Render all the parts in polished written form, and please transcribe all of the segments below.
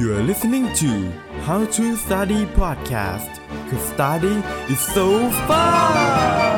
You are listening to How to Study Podcast 'cause study is so fun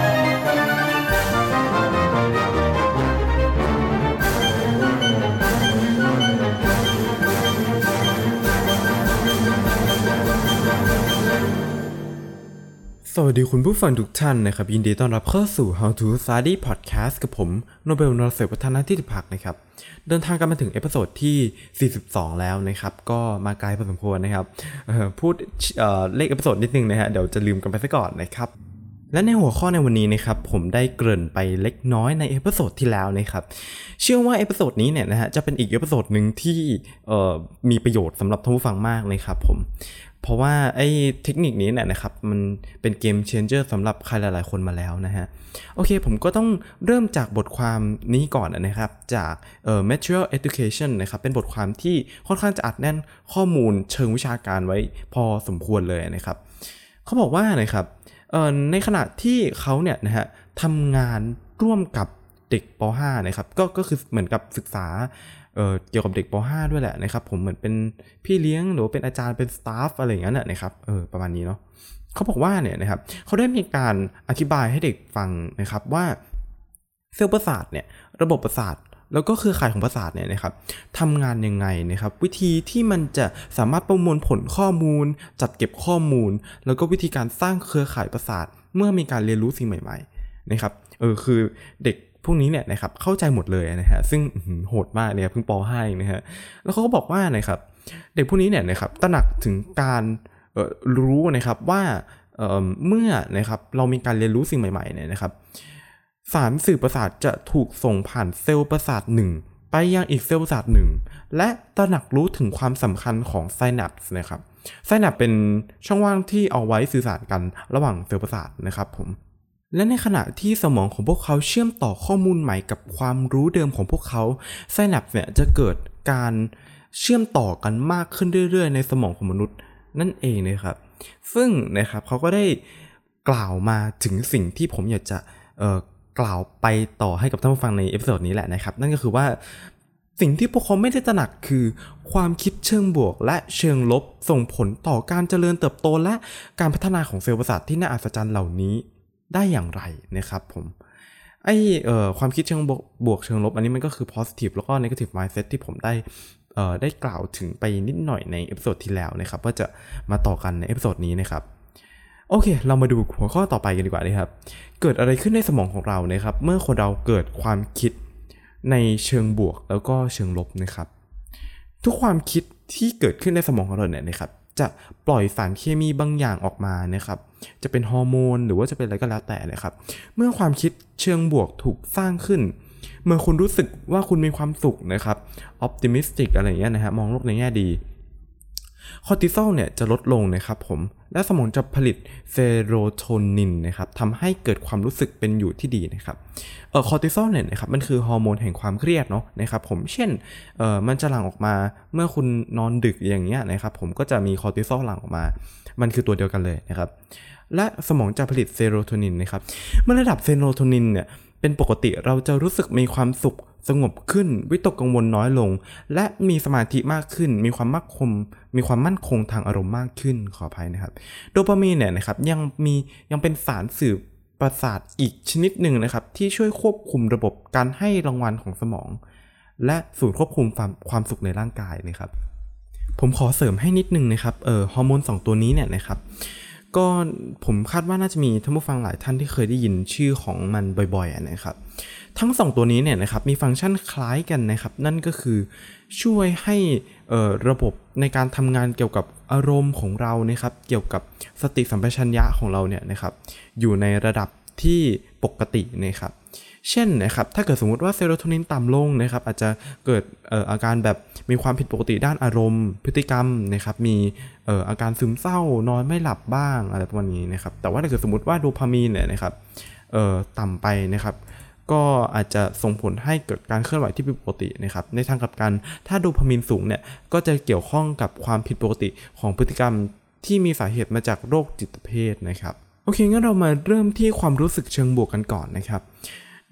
สวัสดีคุณผู้ฟังทุกท่านนะครับยินดีต้อนรับเข้าสู่ How to Study Podcast กับผมโนเบล นรเสพวัฒนทิติภักดิ์นะครับเดินทางกันมาถึงเอพิโซดที่42แล้วนะครับก็มาไกลพอสมควรนะครับพูดเลขเอพิโซดนิดนึงนะฮะเดี๋ยวจะลืมกันไปซะก่อนนะครับและในหัวข้อในวันนี้นะครับผมได้เกริ่นไปเล็กน้อยในเอพิโซดที่แล้วนะครับเชื่อว่าเอพิโซดนี้เนี่ยนะฮะจะเป็นอีกเอพิโซดนึงที่มีประโยชน์สำหรับท่านผู้ฟังมากเลยครับผมเพราะว่าไอ้เทคนิคนี้เนี่ยนะครับมันเป็นเกมเชนเจอร์สำหรับใครหลายๆคนมาแล้วนะฮะโอเคผมก็ต้องเริ่มจากบทความนี้ก่อนนะครับจากMaterial Education นะครับเป็นบทความที่ค่อนข้างจะอัดแน่นข้อมูลเชิงวิชาการไว้พอสมควรเลยนะครับเขาบอกว่านะครับในขณะที่เขาเนี่ยนะฮะทำงานร่วมกับเด็กป .5 นะครับก็คือเหมือนกับศึกษาเกี่ยวกับเด็กป .5 ด้วยแหละนะครับผมเหมือนเป็นพี่เลี้ยงหรือเป็นอาจารย์เป็นสตาฟอะไรอย่างนั้นนะครับประมาณนี้เนาะเขาบอกว่าเนี่ยนะครับเขาได้มีการอธิบายให้เด็กฟังนะครับว่าเซลล์ประสาทเนี่ยระบบประสาทแล้วก็เครือข่ายของประสาทเนี่ยนะครับทำงานยังไงนะครับวิธีที่มันจะสามารถประมวลผลข้อมูลจัดเก็บข้อมูลแล้วก็วิธีการสร้างเครือข่ายประสาทเมื่อมีการเรียนรู้สิ่งใหม่ๆนะครับคือเด็กพวกนี้เนี่ยนะครับเข้าใจหมดเลยนะฮะซึ่งโหดมากเนี่ยเพิ่งป .5 เองนะฮะแล้วเขาก็บอกว่านะครับเด็กพวกนี้เนี่ยนะครับตระหนักถึงการรู้นะครับว่าเมื่อนะครับเรามีการเรียนรู้สิ่งใหม่ๆเนี่ยนะครับสารสื่อประสาทจะถูกส่งผ่านเซลล์ประสาทหนึ่งไปยังอีกเซลล์ประสาทหนึ่งและตระหนักรู้ถึงความสำคัญของไซนัปส์นะครับไซนัปเป็นช่องว่างที่เอาไว้สื่อสารกันระหว่างเซลล์ประสาทนะครับผมและในขณะที่สมองของพวกเขาเชื่อมต่อข้อมูลใหม่กับความรู้เดิมของพวกเขาไซนัปส์เนี่ยจะเกิดการเชื่อมต่อกันมากขึ้นเรื่อยๆในสมองของมนุษย์นั่นเองนะครับซึ่งนะครับเขาก็ได้กล่าวมาถึงสิ่งที่ผมอยากจะกล่าวไปต่อให้กับท่านผู้ฟังในเอพิโซดนี้แหละนะครับนั่นก็คือว่าสิ่งที่พวกเขาไม่ได้ตระหนักคือความคิดเชิงบวกและเชิงลบส่งผลต่อการเจริญเติบโตและการพัฒนาของเซลล์ประสาทที่น่าอัศจรรย์เหล่านี้ได้อย่างไรนะครับผมความคิดเชิงบวกเชิงลบอันนี้มันก็คือ positive แล้วก็ negative mindset ที่ผมได้กล่าวถึงไปนิดหน่อยในเอพิโซดที่แล้วนะครับว่าจะมาต่อกันในเอพิโซดนี้นะครับโอเคเรามาดูหัวข้อต่อไปกันดีกว่านะครับเกิดอะไรขึ้นในสมองของเรานะครับเมื่อคนเราเกิดความคิดในเชิงบวกแล้วก็เชิงลบนะครับทุกความคิดที่เกิดขึ้นในสมองของเราเนี่ยนะครับจะปล่อยสารเคมีบางอย่างออกมานะครับจะเป็นฮอร์โมนหรือว่าจะเป็นอะไรก็แล้วแต่นะครับเมื่อความคิดเชิงบวกถูกสร้างขึ้นเมื่อคุณรู้สึกว่าคุณมีความสุขนะครับออพติมิสติกอะไรอย่างเงี้ยนะฮะมองโลกในแง่ดีคอร์ติซอลเนี่ยจะลดลงนะครับผมและสมองจะผลิตเซโรโทนินนะครับทำให้เกิดความรู้สึกเป็นอยู่ที่ดีนะครับคอร์ติซอลเนี่ยนะครับมันคือฮอร์โมนแห่งความเครียดเนาะนะครับผมเช่นมันจะหลั่งออกมาเมื่อคุณนอนดึกอย่างเงี้ยนะครับผมก็จะมีคอร์ติซอลหลั่งออกมามันคือตัวเดียวกันเลยนะครับและสมองจะผลิตเซโรโทนินนะครับเมื่อระดับเซโรโทนินเนี่ยเป็นปกติเราจะรู้สึกมีความสุขสงบขึ้นวิตกกังวลน้อยลงและมีสมาธิมากขึ้นมีความมั่นคงทางอารมณ์มากขึ้นขออภัยนะครับโดปามีนเนี่ยนะครับยังเป็นสารสื่อประสาทอีกชนิดหนึ่งนะครับที่ช่วยควบคุมระบบการให้รางวัลของสมองและศูนย์ควบคุมความสุขในร่างกายนะครับผมขอเสริมให้นิดนึงนะครับฮอร์โมน2ตัวนี้เนี่ยนะครับก็ผมคาดว่าน่าจะมีท่านผู้ฟังหลายท่านที่เคยได้ยินชื่อของมันบ่อยๆนะครับทั้ง2ตัวนี้เนี่ยนะครับมีฟังก์ชันคล้ายกันนะครับนั่นก็คือช่วยให้ระบบในการทำงานเกี่ยวกับอารมณ์ของเรานะครับเกี่ยวกับสติสัมปชัญญะของเราเนี่ยนะครับอยู่ในระดับที่ปกตินะครับเช่นนะครับถ้าเกิดสมมุติว่าเซโรโทนินต่ำลงนะครับอาจจะเกิดอาการแบบมีความผิดปกติด้านอารมณ์พฤติกรรมนะครับมีอาการซึมเศร้านอนไม่หลับบ้างอะไรประมาณนี้นะครับแต่ว่าถ้าเกิดสมมุติว่าโดพามีนเนี่ยนะครับต่ำไปนะครับก็อาจจะส่งผลให้เกิดการเคลื่อนไหวที่ผิดปกตินะครับในทางกลับกันถ้าโดพามีนสูงเนี่ยก็จะเกี่ยวข้องกับความผิดปกติของพฤติกรรมที่มีสาเหตุมาจากโรคจิตเภทนะครับโอเคงั้นเรามาเริ่มที่ความรู้สึกเชิงบวกกันก่อนนะครับ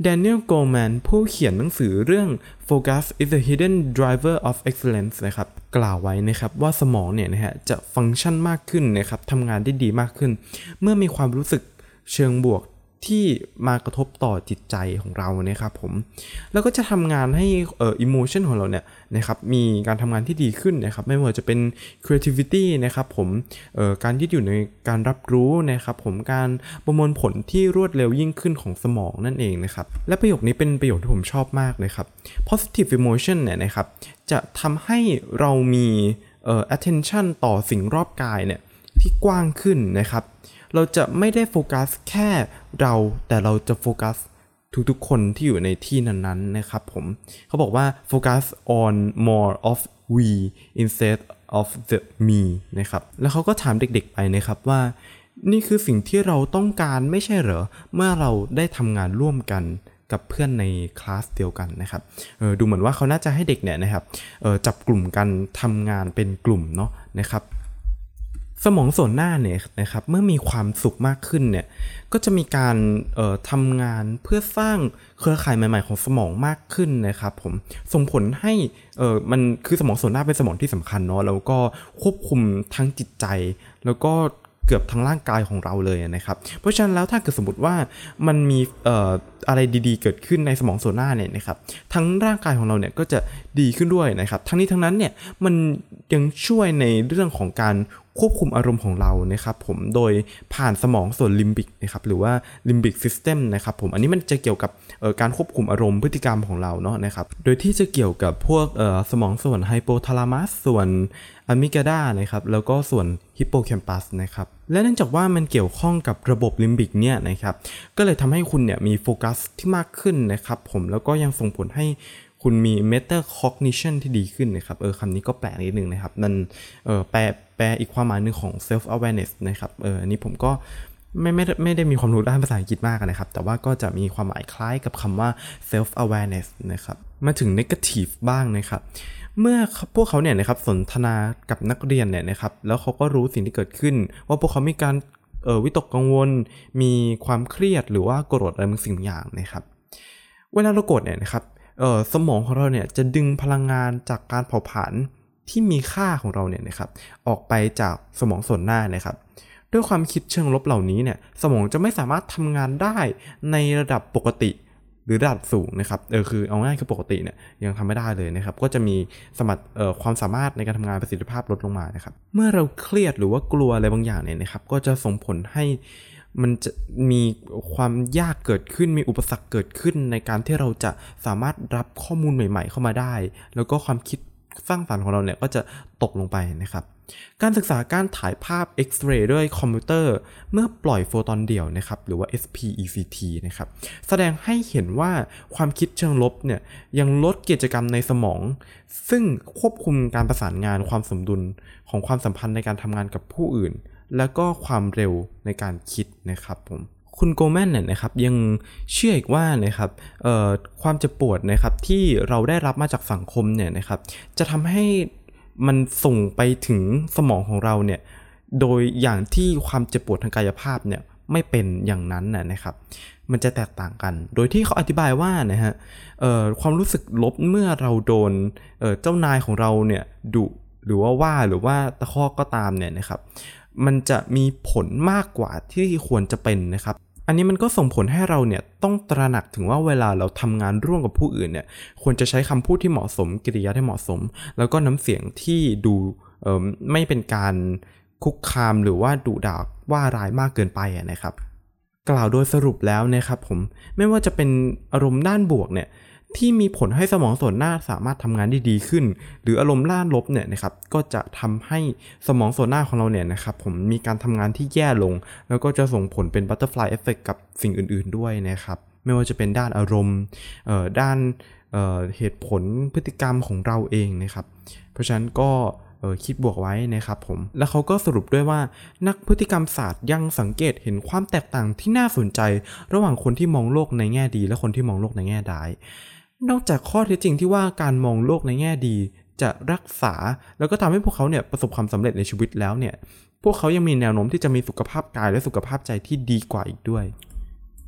Daniel Goleman ผู้เขียนหนังสือเรื่อง Focus is the Hidden Driver of Excellence นะครับกล่าวไว้นะครับว่าสมองเนี่ยนะฮะจะฟังก์ชันมากขึ้นนะครับทำงานได้ดีมากขึ้นเมื่อมีความรู้สึกเชิงบวกที่มากระทบต่อจิตใจของเรานะครับผมแล้วก็จะทำงานให้emotion ของเราเนี่ยนะครับมีการทำงานที่ดีขึ้นนะครับไม่ว่าจะเป็น creativity นะครับผมการยืดหยุ่นในการรับรู้นะครับผมการประมวลผลที่รวดเร็วยิ่งขึ้นของสมองนั่นเองนะครับและประโยคนี้เป็นประโยคที่ผมชอบมากเลยครับ positive emotion เนี่ยนะครับจะทำให้เรามีattention ต่อสิ่งรอบกายเนี่ยที่กว้างขึ้นนะครับเราจะไม่ได้โฟกัสแค่เราแต่เราจะโฟกัสทุกๆคนที่อยู่ในที่นั้นๆนะครับผมเขาบอกว่า focus on more of we instead of the me นะครับแล้วเขาก็ถามเด็กๆไปนะครับว่านี่คือสิ่งที่เราต้องการไม่ใช่เหรอเมื่อเราได้ทำงานร่วมกันกับเพื่อนในคลาสเดียวกันนะครับดูเหมือนว่าเขาน่าจะให้เด็กเนี่ยนะครับจับกลุ่มกันทำงานเป็นกลุ่มเนาะนะครับสมองส่วนหน้าเนี่ยนะครับเมื่อมีความสุขมากขึ้นเนี่ยก็จะมีการทำงานเพื่อสร้างเครือข่ายใหม่ๆของสมองมากขึ้นนะครับผมส่งผลให้มันคือสมองส่วนหน้าเป็นสมองที่สำคัญเนาะแล้วก็ควบคุมทั้งจิตใจแล้วก็เกือบทั้งร่างกายของเราเลยนะครับเพราะฉะนั้นแล้วถ้าเกิดสมมติว่ามันมีอะไรดีๆเกิดขึ้นในสมองส่วนหน้าเนี่ยนะครับทั้งร่างกายของเราเนี่ยก็จะดีขึ้นด้วยนะครับทั้งนี้ทั้งนั้นเนี่ยมันยังช่วยในเรื่องของการควบคุมอารมณ์ของเรานะครับผมโดยผ่านสมองส่วนลิมบิกนะครับหรือว่าลิมบิกซิสเต็มนะครับผมอันนี้มันจะเกี่ยวกับการควบคุมอารมณ์พฤติกรรมของเราเนาะนะครับโดยที่จะเกี่ยวกับพวกสมองส่วนไฮโปทาลามัสส่วนอะมิกดานะครับแล้วก็ส่วนฮิปโปแคมปัสนะครับและเนื่องจากว่ามันเกี่ยวข้องกับระบบลิมบิกเนี่ยนะครับก็เลยทำให้คุณเนี่ยมีโฟกัสที่มากขึ้นนะครับผมแล้วก็ยังส่งผลให้คุณมี metacognition ที่ดีขึ้นนะครับคำนี้ก็แปลกนิดนึงนะครับมันแปลอีกความหมายนึงของ self awareness นะครับอันนี้ผมก็ไม่ได้มีความรู้ด้านภาษาอังกฤษมากนะครับแต่ว่าก็จะมีความหมายคล้ายกับคำว่า self awareness นะครับมาถึง negative บ้างนะครับเมื่อพวกเขาเนี่ยนะครับสนทนากับนักเรียนเนี่ยนะครับแล้วเขาก็รู้สิ่งที่เกิดขึ้นว่าพวกเขามีการวิตกกังวลมีความเครียดหรือว่าโกรธอะไรบางสิ่งอย่างนะครับเวลาเราโกรธเนี่ยนะครับสมองของเราเนี่ยจะดึงพลังงานจากการเผาผลาญที่มีค่าของเราเนี่ยนะครับออกไปจากสมองส่วนหน้านะครับด้วยความคิดเชิงลบเหล่านี้เนี่ยสมองจะไม่สามารถทำงานได้ในระดับปกติหรือระดับสูงนะครับคือเอาง่ายคือปกติเนี่ยยังทำไม่ได้เลยนะครับก็จะมีความสามารถในการทำงานประสิทธิภาพลดลงมานะครับเมื่อเราเครียดหรือว่ากลัวอะไรบางอย่างเนี่ยนะครับก็จะส่งผลให้มันจะมีความยากเกิดขึ้นมีอุปสรรคเกิดขึ้นในการที่เราจะสามารถรับข้อมูลใหม่ๆเข้ามาได้แล้วก็ความคิดสร้างสรรค์ของเราเนี่ยก็จะตกลงไปนะครับการศึกษาการถ่ายภาพเอ็กซเรย์ด้วยคอมพิวเตอร์เมื่อปล่อยโฟตอนเดี่ยวนะครับหรือว่า SPECT นะครับแสดงให้เห็นว่าความคิดเชิงลบเนี่ยยังลดกิจกรรมในสมองซึ่งควบคุมการประสานงานความสมดุลของความสัมพันธ์ในการทำงานกับผู้อื่นแล้วก็ความเร็วในการคิดนะครับผมคุณโกแมนเนี่ยนะครับยังเชื่ออีกว่านะครับความเจ็บปวดนะครับที่เราได้รับมาจากสังคมเนี่ยนะครับจะทำให้มันส่งไปถึงสมองของเราเนี่ยโดยอย่างที่ความเจ็บปวดทางกายภาพเนี่ยไม่เป็นอย่างนั้นนะครับมันจะแตกต่างกันโดยที่เขาอธิบายว่านะฮะความรู้สึกลบเมื่อเราโดนเจ้านายของเราเนี่ยดุหรือว่าหรือว่าตะคอกก็ตามเนี่ยนะครับมันจะมีผลมากกว่าที่ควรจะเป็นนะครับอันนี้มันก็ส่งผลให้เราเนี่ยต้องตระหนักถึงว่าเวลาเราทำงานร่วมกับผู้อื่นเนี่ยควรจะใช้คำพูดที่เหมาะสมกริยาที่เหมาะสมแล้วก็น้ำเสียงที่ดูไม่เป็นการคุกคามหรือว่าดุด่าว่าร้ายมากเกินไปนะครับกล่าวโดยสรุปแล้วนะครับผมไม่ว่าจะเป็นอารมณ์ด้านบวกเนี่ยที่มีผลให้สมองส่วนหน้าสามารถทำงานได้ดีขึ้นหรืออารมณ์ด้านลบเนี่ยนะครับก็จะทำให้สมองส่วนหน้าของเราเนี่ยนะครับผมมีการทำงานที่แย่ลงแล้วก็จะส่งผลเป็นบัตเตอร์ฟลายเอฟเฟคกับสิ่งอื่นๆด้วยนะครับไม่ว่าจะเป็นด้านอารมณ์ด้านเหตุผลพฤติกรรมของเราเองนะครับเพราะฉะนั้นก็คิดบวกไว้นะครับผมแล้วเขาก็สรุปด้วยว่านักพฤติกรรมศาสตร์ยังสังเกตเห็นความแตกต่างที่น่าสนใจระหว่างคนที่มองโลกในแง่ดีและคนที่มองโลกในแง่ร้ายนอกจากข้อเท็จจริงที่ว่าการมองโลกในแง่ดีจะรักษาแล้วก็ทำให้พวกเขาเนี่ยประสบความสำเร็จในชีวิตแล้วเนี่ยพวกเขายังมีแนวโน้มที่จะมีสุขภาพกายและสุขภาพใจที่ดีกว่าอีกด้วย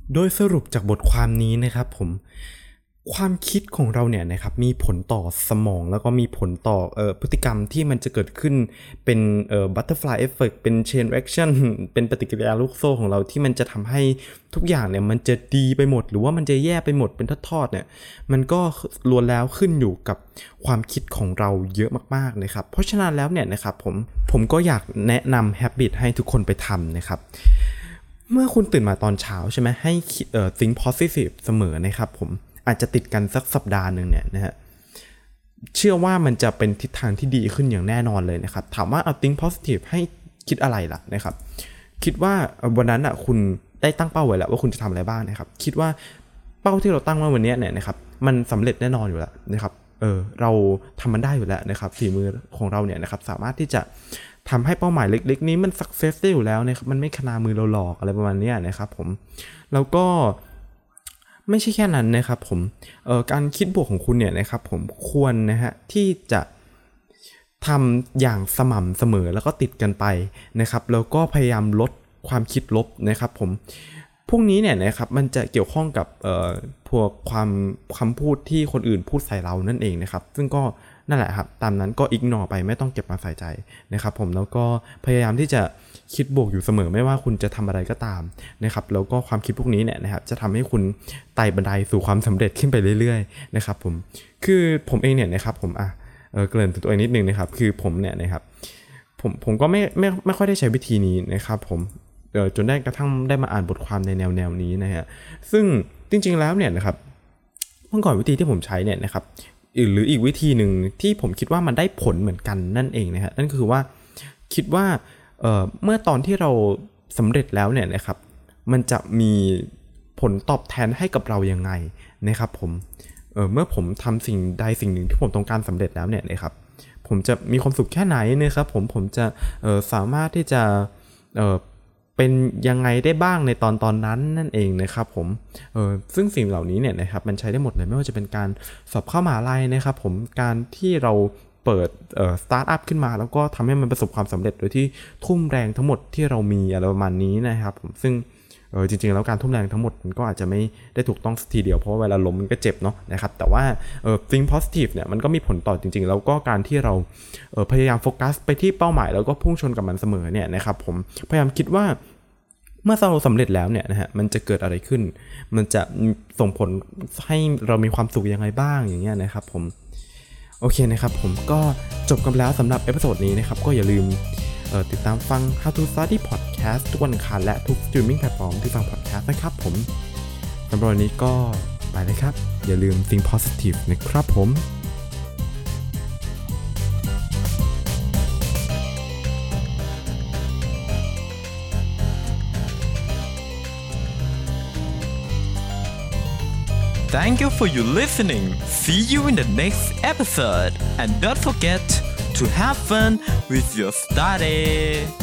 โดยสรุปจากบทความนี้นะครับผมความคิดของเราเนี่ยนะครับมีผลต่อสมองแล้วก็มีผลต่อพฤติกรรมที่มันจะเกิดขึ้นเป็นbutterfly effect เป็น chain reaction เป็นปฏิกิริยาลูกโซ่ของเราที่มันจะทำให้ทุกอย่างเนี่ยมันจะดีไปหมดหรือว่ามันจะแย่ไปหมดเป็นทอดๆเนี่ยมันก็ล้วนแล้วขึ้นอยู่กับความคิดของเราเยอะมากๆนะครับเพราะฉะนั้นแล้วเนี่ยนะครับผมก็อยากแนะนำ habit ให้ทุกคนไปทำนะครับเมื่อคุณตื่นมาตอนเช้าใช่ไหมให้think positive เสมอนะครับผมอาจจะติดกันสักสัปดาห์นึงเนี่ยนะฮะเชื่อว่ามันจะเป็นทิศทางที่ดีขึ้นอย่างแน่นอนเลยนะครับถามว่าเอา think positive ให้คิดอะไรล่ะนะครับคิดว่าวันนั้นคุณได้ตั้งเป้าไว้แล้วว่าคุณจะทำอะไรบ้างนะครับคิดว่าเป้าที่เราตั้งไว้วันนี้เนี่ยนะครับมันสำเร็จแน่นอนอยู่แล้วนะครับเราทำมันได้อยู่แล้วนะครับฝีมือของเราเนี่ยนะครับสามารถที่จะทำให้เป้าหมายเล็กๆนี้มัน success ได้อยู่แล้วนะครับมันไม่ขนามือเราหลอกอะไรประมาณนี้นะครับผมแล้วก็ไม่ใช่แค่นั้นนะครับผมการคิดบวกของคุณเนี่ยนะครับผมควรนะฮะที่จะทำอย่างสม่ำเสมอแล้วก็ติดกันไปนะครับแล้วก็พยายามลดความคิดลบนะครับผมพวกนี้เนี่ยนะครับมันจะเกี่ยวข้องกับพวกคำพูดที่คนอื่นพูดใส่เรานั่นเองนะครับซึ่งก็นั่นแหละครับตามนั้นก็อิกนอร์ไปไม่ต้องเก็บมาใส่ใจนะครับผมแล้วก็พยายามที่จะคิดบวกอยู่เสมอไม่ว่าคุณจะทำอะไรก็ตามนะครับแล้วก็ความคิดพวกนี้เนี่ยนะครับจะทำให้คุณไต่บันไดสู่ความสำเร็จขึ้นไปเรื่อยๆนะครับคือผมเองเนี่ยนะครับผมเกริ่นถึงตัวเองนิดนึงนะครับคือผมเนี่ยนะครับผมก็ไม่ค่อยได้ใช้วิธีนี้นะครับผมจนได้กระทั่งได้มาอ่านบทความในแนวนี้นะฮะซึ่งจริงๆแล้วเนี่ยนะครับเมื่อก่อนวิธีที่ผมใช้เนี่ยนะครับหรืออีกวิธีหนึ่งที่ผมคิดว่ามันได้ผลเหมือนกันนั่นเองนะฮะนั่นคือว่าคิดว่าเมื่อตอนที่เราสำเร็จแล้วเนี่ยนะครับมันจะมีผลตอบแทนให้กับเรายังไงนะครับผมเมื่อผมทำสิ่งใดสิ่งหนึ่งที่ผมต้องการสำเร็จแล้วเนี่ยนะครับผมจะมีความสุขแค่ไหนนะครับผมจะสามารถที่จะเป็นยังไงได้บ้างในตอนนั้นนั่นเองนะครับผมซึ่งสิ่งเหล่านี้เนี่ยนะครับมันใช้ได้หมดเลยไม่ว่าจะเป็นการสอบเข้ามหาลัยนะครับผมการที่เราเปิดสตาร์ทอัพขึ้นมาแล้วก็ทำให้มันประสบความสำเร็จโดยที่ทุ่มแรงทั้งหมดที่เรามีอะไรประมาณนี้นะครับผมซึ่งจริงๆแล้วการทุ่มแรงทั้งหมดมันก็อาจจะไม่ได้ถูกต้องทีเดียวเพราะว่าเวลาล้มมันก็เจ็บเนาะนะครับแต่ว่าthink positive เนี่ยมันก็มีผลต่อจริงๆแล้วก็การที่เราพยายามโฟกัสไปที่เป้าหมายแล้วก็พุ่งชนกับมันเสมอเนี่ยนะครับผมพยายามคิดว่าเมื่อเราสำเร็จแล้วเนี่ยนะฮะมันจะเกิดอะไรขึ้นมันจะส่งผลให้เรามีความสุขยังไงบ้างอย่างเงี้ยนะครับผมโอเคนะครับผมก็จบกันแล้วสำหรับเอพิโซดนี้นะครับก็อย่าลืมติดตามฟัง How to Study Podcast ทุกวันอังคารและทุก streaming platform ที่ฟัง podcast นะครับผมสำหรับวันนี้ก็ไปเลยครับอย่าลืม think positive นะครับผม Thank you for your listening. See you in the next episode. And don't forget to have fun with your study.